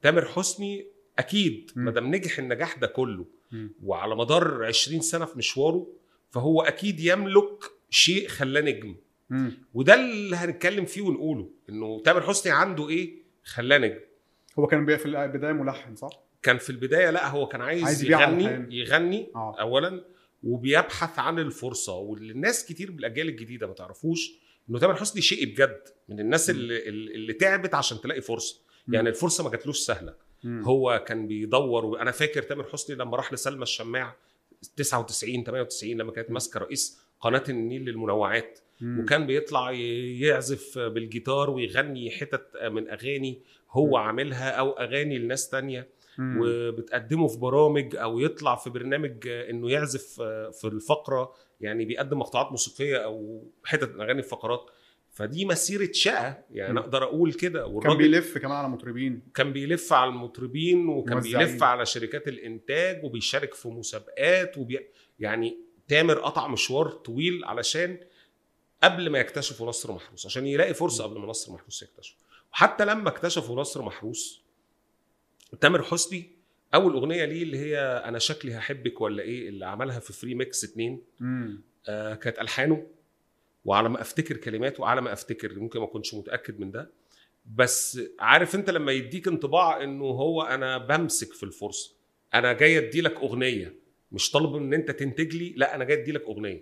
تامر حسني اكيد ما دام نجح النجاح ده كله وعلى مدار 20 سنه في مشواره، فهو اكيد يملك شيء خلاه نجم. وده اللي هنتكلم فيه ونقوله، انه تامر حسني عنده ايه خلاه نجم. هو كان في البدايه ملحن صح؟ كان في البدايه لا، هو كان عايز يغني اولا، وبيبحث عن الفرصه. والناس كتير بالاجيال الجديده ما تعرفوش انه تامر حسني شقي بجد، من الناس اللي تعبت عشان تلاقي فرصه. يعني الفرصه ما جاتلوش سهله. هو كان بيدور. وانا فاكر تامر حسني لما راح لسلمى الشماع 99 98 لما كانت ماسكه رئيس قناه النيل للمنوعات، وكان بيطلع يعزف بالجيتار ويغني حتت من اغاني هو عاملها او اغاني لناس تانية، وبتقدمه في برامج او يطلع في برنامج انه يعزف في الفقره، يعني بيقدم مقطوعات موسيقيه او حتت من اغاني الفقرات. فدي مسيره شقه يعني اقدر اقول كده. كان بيلف كمان على مطربين، كان بيلف على المطربين، وكان بيلف على شركات الانتاج، وبيشارك في مسابقات يعني تامر قطع مشوار طويل علشان قبل ما يكتشفوا نصر محروس، عشان يلاقي فرصه قبل ما نصر محروس يكتشف. وحتى لما اكتشفوا نصر محروس، تامر حسني اول اغنيه ليه اللي هي انا شكلي هحبك ولا ايه، اللي عملها في فري ميكس 2 كانت الحانه، وعلى ما افتكر كلمات، وعلى ما افتكر ممكن ما كنتش متاكد من ده، بس عارف انت لما يديك انطباع انه هو انا بمسك في الفرصه، انا جاي ادي لك اغنيه، مش طالب ان انت تنتج لي، لا انا جاي ادي لك اغنيه.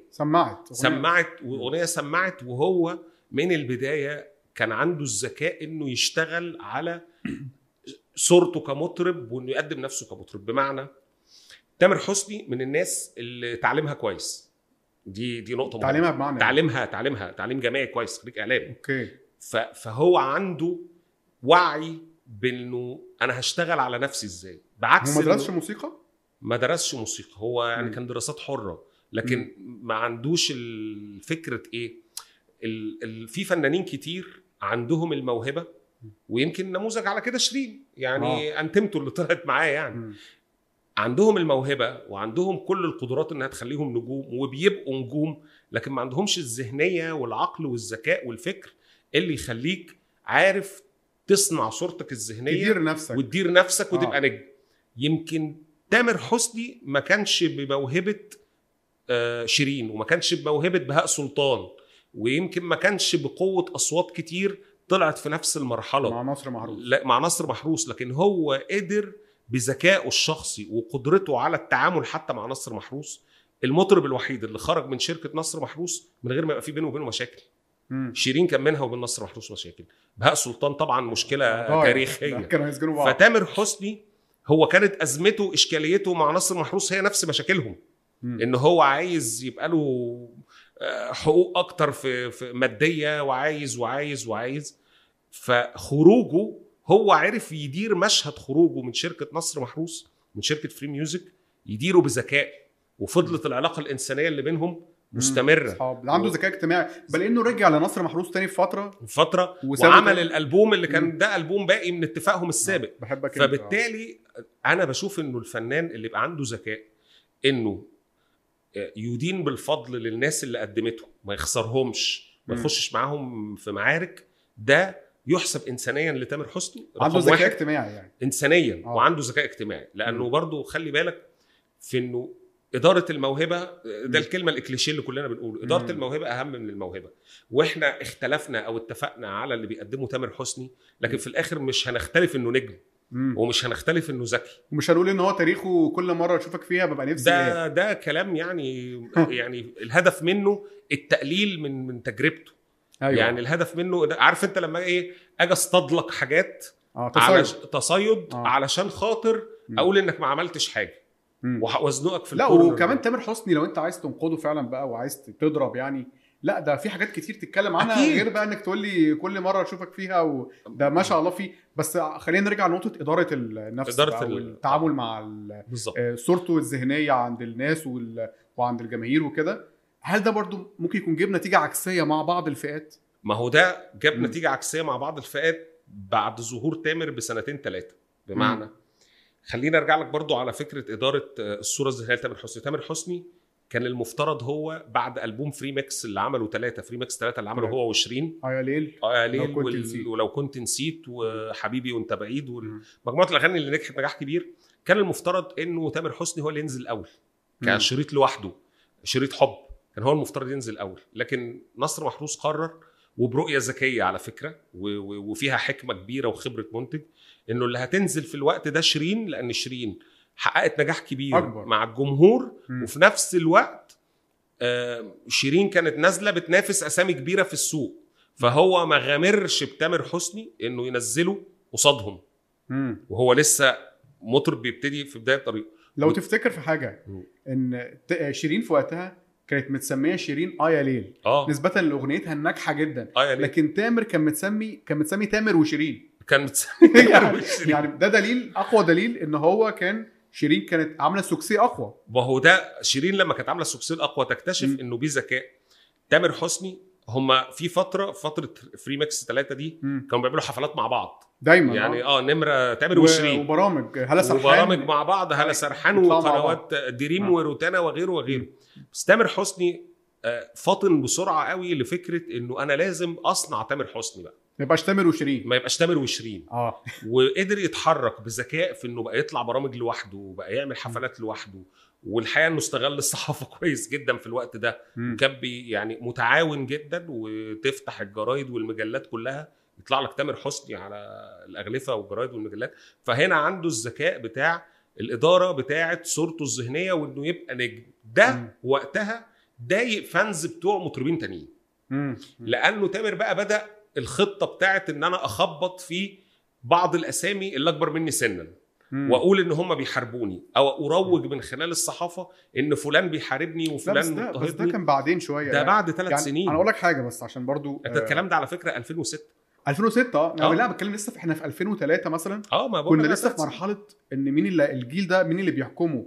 واغنيه سمعت، وهو من البدايه كان عنده الذكاء انه يشتغل على صورته كمطرب، وانه يقدم نفسه كمطرب. بمعنى تامر حسني من الناس اللي تعليمها كويس، دي نقطه مهمه. تعليمها تعليم جامعي كويس، خريج اعلام. اوكي. فهو عنده وعي بانه انا هشتغل على نفسي ازاي، بعكس هو ما درسش موسيقى. هو يعني كان دراسات حره، لكن ما عندوش الفكره ايه. في فنانين كتير عندهم الموهبه، ويمكن نموذج على كده شيرين، يعني انتمته اللي طلعت معاه يعني عندهم الموهبه وعندهم كل القدرات انها تخليهم نجوم، وبيبقوا نجوم، لكن ما عندهمش الذهنيه والعقل والذكاء والفكر اللي يخليك عارف تصنع صورتك الذهنيه وتدير نفسك وتبقى نجم. يمكن تامر حسني ما كانش بموهبه شيرين، وما كانش بموهبه بهاء سلطان، ويمكن ما كانش بقوه اصوات كتير طلعت في نفس المرحله مع نصر محروس، لكن هو قدر بذكائه الشخصي وقدرته على التعامل حتى مع نصر محروس. المطرب الوحيد اللي خرج من شركه نصر محروس من غير ما يبقى في بينه وبينه مشاكل. شيرين كان منها وبين نصر محروس مشاكل، بهاء سلطان طبعا مشكله تاريخيه. فتامر حسني هو كانت ازمته اشكاليته مع نصر محروس هي نفس مشاكلهم، ان هو عايز يبقى له حقوق اكتر في ماديه، وعايز فخروجه هو عرف يدير مشهد خروجه من شركه نصر محروس، من شركه فري ميوزك، يديره بذكاء، وفضلت العلاقه الانسانيه اللي بينهم مستمره. عنده ذكاء اجتماعي، بل انه رجع لنصر محروس تاني في فتره وعمل الالبوم اللي كان ده البوم باقي من اتفاقهم السابق. فبالتالي انا بشوف انه الفنان اللي يبقى عنده ذكاء انه يدين بالفضل للناس اللي قدمته، ما يخسرهمش، ما يخشش معاهم في معارك، ده يحسب انسانيا لتامر حسني. عنده ذكاء اجتماعي يعني انسانيا وعنده ذكاء اجتماعي، لانه برضو خلي بالك في انه اداره الموهبه، ده الكلمه الاكليشيه اللي كلنا بنقوله، اداره الموهبه اهم من الموهبه. واحنا اختلفنا او اتفقنا على اللي بيقدمه تامر حسني، لكن في الاخر مش هنختلف انه نجم، ومش هنختلف انه ذكي، ومش هنقول ان هو تاريخه كل مره اشوفك فيها ببقى نفسي ده كلام يعني يعني الهدف منه التقليل من تجربته. أيوة. يعني الهدف منه عارف انت لما ايه اجي اصطاد لك حاجات على تصيد علشان خاطر اقول انك ما عملتش حاجه وازنقك في لا. وكمان تامر حسني لو انت عايز تنقده فعلا بقى وعايز تضرب يعني، لا ده في حاجات كتير تتكلم عنها أكيد. غير بقى انك تقول لي كل مره اشوفك فيها وده ما شاء الله فيه. بس خلينا نرجع لنقطه اداره النفس والتعامل مع صورته الذهنيه عند الناس وعند الجماهير وكده. هل ده برضو ممكن يكون جاب نتيجه عكسيه مع بعض الفئات؟ ما هو ده جاب نتيجه عكسيه مع بعض الفئات بعد ظهور تامر بسنتين 3. بمعنى خلينا ارجع لك برضو على فكره اداره الصوره الذهنيه لتامر حسني. تامر حسني كان المفترض هو بعد البوم فري ميكس اللي عمله 3 فري ميكس 3 اللي عمله هو وشيرين، يا ليل، يا ليل ولو كنت نسيت وحبيبي وانت بعيد ومجموعه الاغاني اللي نجحت نجاح كبير، كان المفترض انه تامر حسني هو اللي ينزل الاول كشريط لوحده، شريط حب كان هو المفترض ينزل الاول. لكن نصر محروس قرر وبرؤيه ذكيه على فكره وفيها حكمه كبيره وخبره منتج، انه اللي هتنزل في الوقت ده شيرين، لان شيرين حققت نجاح كبير أكبر مع الجمهور. وفي نفس الوقت شيرين كانت نازله بتنافس اسامي كبيره في السوق، فهو ما غامرش بتامر حسني انه ينزله قصادهم وهو لسه مطرب بيبتدي في بدايه طريقه. لو تفتكر في حاجه ان شيرين في وقتها كانت متسميه شيرين يا ليل نسبه لاغنيتها الناجحه جدا، لكن تامر كان متسمي تامر وشيرين، كان متسمي يعني ده دليل، اقوى دليل ان هو كان شيرين كانت عامله سوكسي اقوى. ما هو ده شيرين لما كانت عامله سوكسي اقوى تكتشف انه بذكاء تامر حسني هما في فتره فري ميكس 3 دي كانوا بيعملوا حفلات مع بعض دايما يعني نمره تامر وشيرين وبرامج هلا سرحان وبرامج مع بعض، هلا سرحان وقنوات دريم وروتانا وغيره. بس تامر حسني فاطن بسرعه قوي لفكره انه انا لازم اصنع تامر حسني بقى، ما يبقاش تامر وشيرين، ما يبقاش تامر وشيرين. وقدر يتحرك بذكاء في انه بقى يطلع برامج لوحده وبقى يعمل حفلات لوحده. والحقيقه انه استغل الصحافه كويس جدا في الوقت ده، وكان يعني متعاون جدا، وتفتح الجرايد والمجلات كلها يطلع لك تامر حسني على الاغلفه والجرايد والمجلات. فهنا عنده الذكاء بتاع الاداره بتاعه صورته الذهنيه وانه يبقى نجم. ده وقتها ضايق فانز بتوع مطربين تانيين، لانه تامر بقى بدا الخطه بتاعه ان انا اخبط في بعض الاسامي اللي اكبر مني سنا واقول ان هم بيحاربوني، او اروج من خلال الصحافه ان فلان بيحاربني وفلان مضطهدني. بس ده كان بعدين شويه، ده بعد 3 يعني سنين. انا اقول لك حاجه بس عشان برضو انت الكلام ده على فكره 2006 لا بتكلم لسه احنا في 2003 مثلا. ما كنا لسه في مرحله ان مين اللي الجيل ده مين اللي بيحكمه،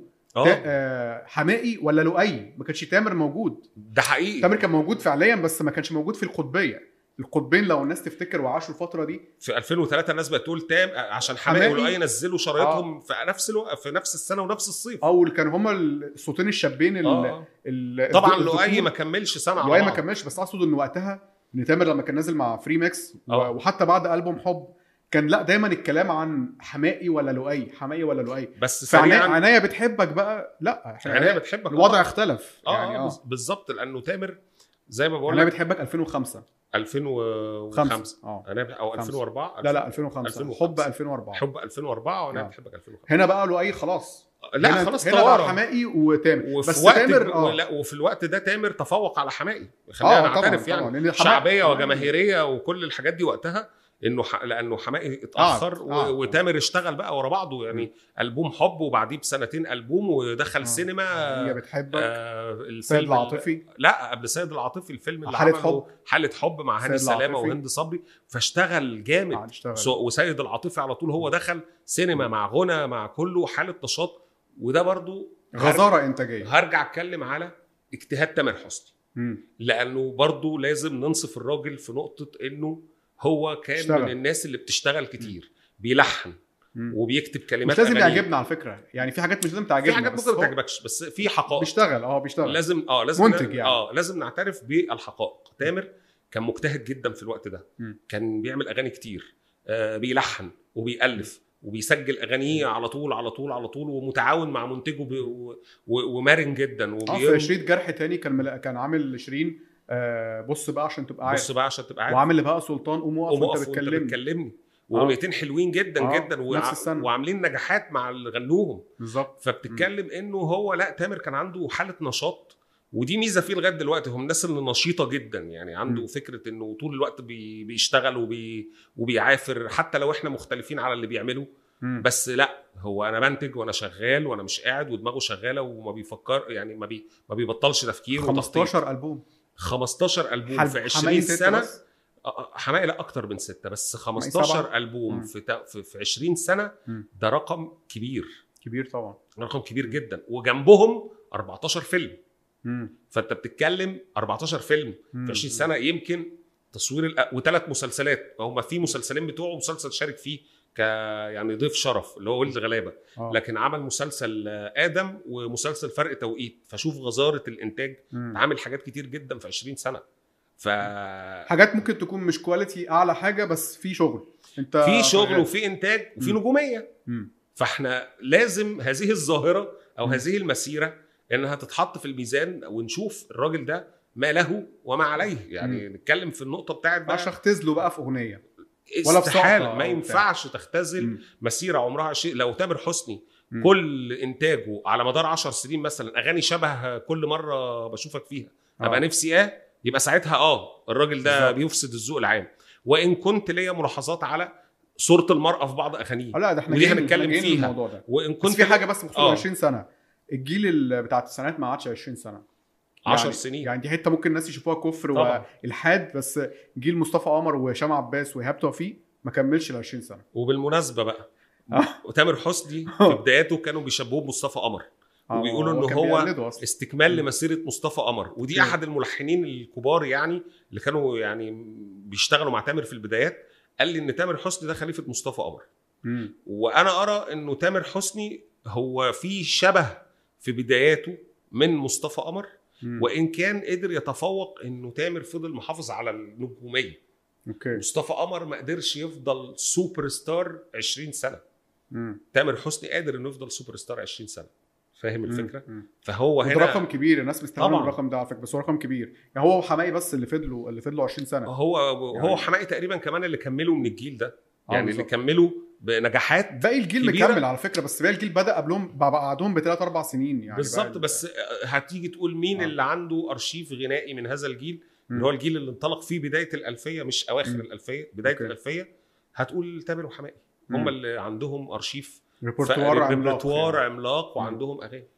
حمائي ولا لؤي. ما كانش تامر موجود، ده حقيقي. تامر كان موجود فعليا بس ما كانش موجود في القطبيه. القطبين لو الناس تفتكر وعاشوا الفتره دي في 2003 الناس بتقول عشان حمائي ولؤي نزلوا شرايطهم في نفس الوقت في نفس السنه ونفس الصيف، كانوا هما الصوتين الشابين طبعا لؤي ما كملش سنه، لؤي ما كملش. بس اقصد ان وقتها ان تامر لما كان نازل مع فري ميكس وحتى بعد ألبوم حب كان لا دايما الكلام عن حمائي ولا لؤي. بس عناية بتحبك بقى، لا عناية بتحبك الوضع اختلف يعني بالظبط. لانه تامر زي ما بقول عناية بتحبك 2005 انا او 2004 لا 2005 حب 2004 وانا بحبك 2005. هنا بقى لؤي خلاص، لا خلاص هنا بقى حمائي وتامر. بس تامر وفي الوقت ده تامر تفوق على حمائي، خلينا نعترف يعني شعبيه وجماهيريه وكل الحاجات دي وقتها، انه لانه حمائي اتاخر وتامر اشتغل بقى ورا بعضه يعني البوم حب وبعديه بسنتين البوم ودخل سينما هي بتحبك سيد العاطفي، لا قبل سيد العاطفي الفيلم اللي عمله حالة حب مع هاني سلامة وهند صبري، فاشتغل جامد. وسيد العاطفي على طول هو دخل سينما مع غنى مع كله حالة نشاط. وده برضو غزارة انتاجية. هرجع اتكلم على اجتهاد تامر حسني لانه برضو لازم ننصف الراجل في نقطة انه هو كان اشتغل. من الناس اللي بتشتغل كتير، بيلحن وبيكتب كلمات. مش لازم يعجبنا على فكرة، يعني في حاجات مش لازم تعجبنا، في حاجات ممكن ما تعجبكش، بس في حقائق بيشتغل لازم منتج يعني. لازم نعترف بالحقائق. تامر كان مجتهد جدا في الوقت ده، كان بيعمل اغاني كتير، بيلحن وبيألف وبيسجل اغانيه على طول ومتعاون مع منتجه ومارن جدا. في شريط جرح تاني كان عامل شيرين بص بقى عشان تبقى عارف، وعامل بقى سلطان قوم وقف وانت بتكلمني واغنيتين حلوين جدا جدا وعاملين نجاحات مع اللي غنوهم بالظبط. فبتتكلم انه هو لا تامر كان عنده حاله نشاط، ودي ميزه فيه لغايه دلوقتي. هم الناس اللي نشيطه جدا يعني عنده فكره انه طول الوقت بيشتغل وبيعافر حتى لو احنا مختلفين على اللي بيعمله. بس لا هو انا بنتج وانا شغال وانا مش قاعد ودماغه شغاله وما بيفكر يعني ما بيبطلش تفكير. 15 ألبوم في 20 سنه. حمائي لا اكتر من 6 بس 15 ألبوم في 20 سنه. ده رقم كبير طبعا، رقم كبير جدا. وجنبهم 14 فيلم. فانت بتتكلم 14 فيلم في 20 سنه. يمكن تصوير و3 مسلسلات، هم في مسلسلين بتوعه مسلسل شارك فيه يعني ضيف شرف اللي هو ولد غلابه. لكن عمل مسلسل ادم ومسلسل فرق توقيت، فشوف غزاره الانتاج. عامل حاجات كتير جدا في 20 سنه. حاجات ممكن تكون مش كواليتي اعلى حاجه، بس في شغل، انت في شغل وفي انتاج وفي نجوميه. فاحنا لازم هذه الظاهره او هذه المسيره انها تتحط في الميزان، ونشوف الراجل ده ما له وما عليه. يعني نتكلم في النقطه بتاعت بقى مش هختزله بقى في اغنيه ولا استحاله. ما ينفعش تختزل مسيره عمرها شيء. لو تامر حسني كل انتاجه على مدار 10 سنين مثلا اغاني شبه كل مره بشوفك فيها ابقى نفسي يبقى ساعتها الراجل ده بيفسد الذوق العام. وان كنت ليا ملاحظات على صوره المراه في بعض اغانيه، لا ده احنا ودي هنتكلم فيها الموضوع ده. وان كنت في حاجه بس بخصوص 20 سنه، الجيل بتاع التسعينات ما عادش 20 سنه، 10 سنين. يعني دي حته ممكن الناس يشوفوها كفر والحاد، بس جيل مصطفى قمر وهشام عباس وإيهاب توفيق ما كملش ال 20 سنه. وبالمناسبه بقى وتامر حسني في بداياته كانوا بيشبهوه بمصطفى قمر، وبيقولوا انه هو استكمال لمسيره مصطفى قمر. ودي احد الملحنين الكبار يعني اللي كانوا يعني بيشتغلوا مع تامر في البدايات، قال لي ان تامر حسني ده خليفه مصطفى قمر. وانا ارى انه تامر حسني هو في شبه في بداياته من مصطفى قمر، وان كان قدر يتفوق انه تامر فضل محافظ على النجوميه. مصطفى قمر ما قدرش يفضل سوبر ستار 20 سنه. تامر حسني قادر انه يفضل سوبر ستار 20 سنه. فاهم الفكره؟ فهو هنا رقم كبير، الناس مستغربه الرقم ده على فكره، بس هو رقم كبير. يعني هو وحماقي بس اللي فضلوا 20 سنه. هو حماقي تقريبا كمان اللي كملوا من الجيل ده، يعني اللي كملوا بنجاحات. باقي الجيل مكمل على فكره، بس باقي الجيل بدا قبلهم بعدهم ب3-4 سنين يعني بالظبط. بس هتيجي تقول مين اللي عنده ارشيف غنائي من هذا الجيل اللي هو الجيل اللي انطلق فيه بدايه الالفيه، مش اواخر الالفيه، بدايه الالفيه. هتقول تامر وحماقي هم اللي عندهم ارشيف ريبرتوار عملاق وعندهم اغاني.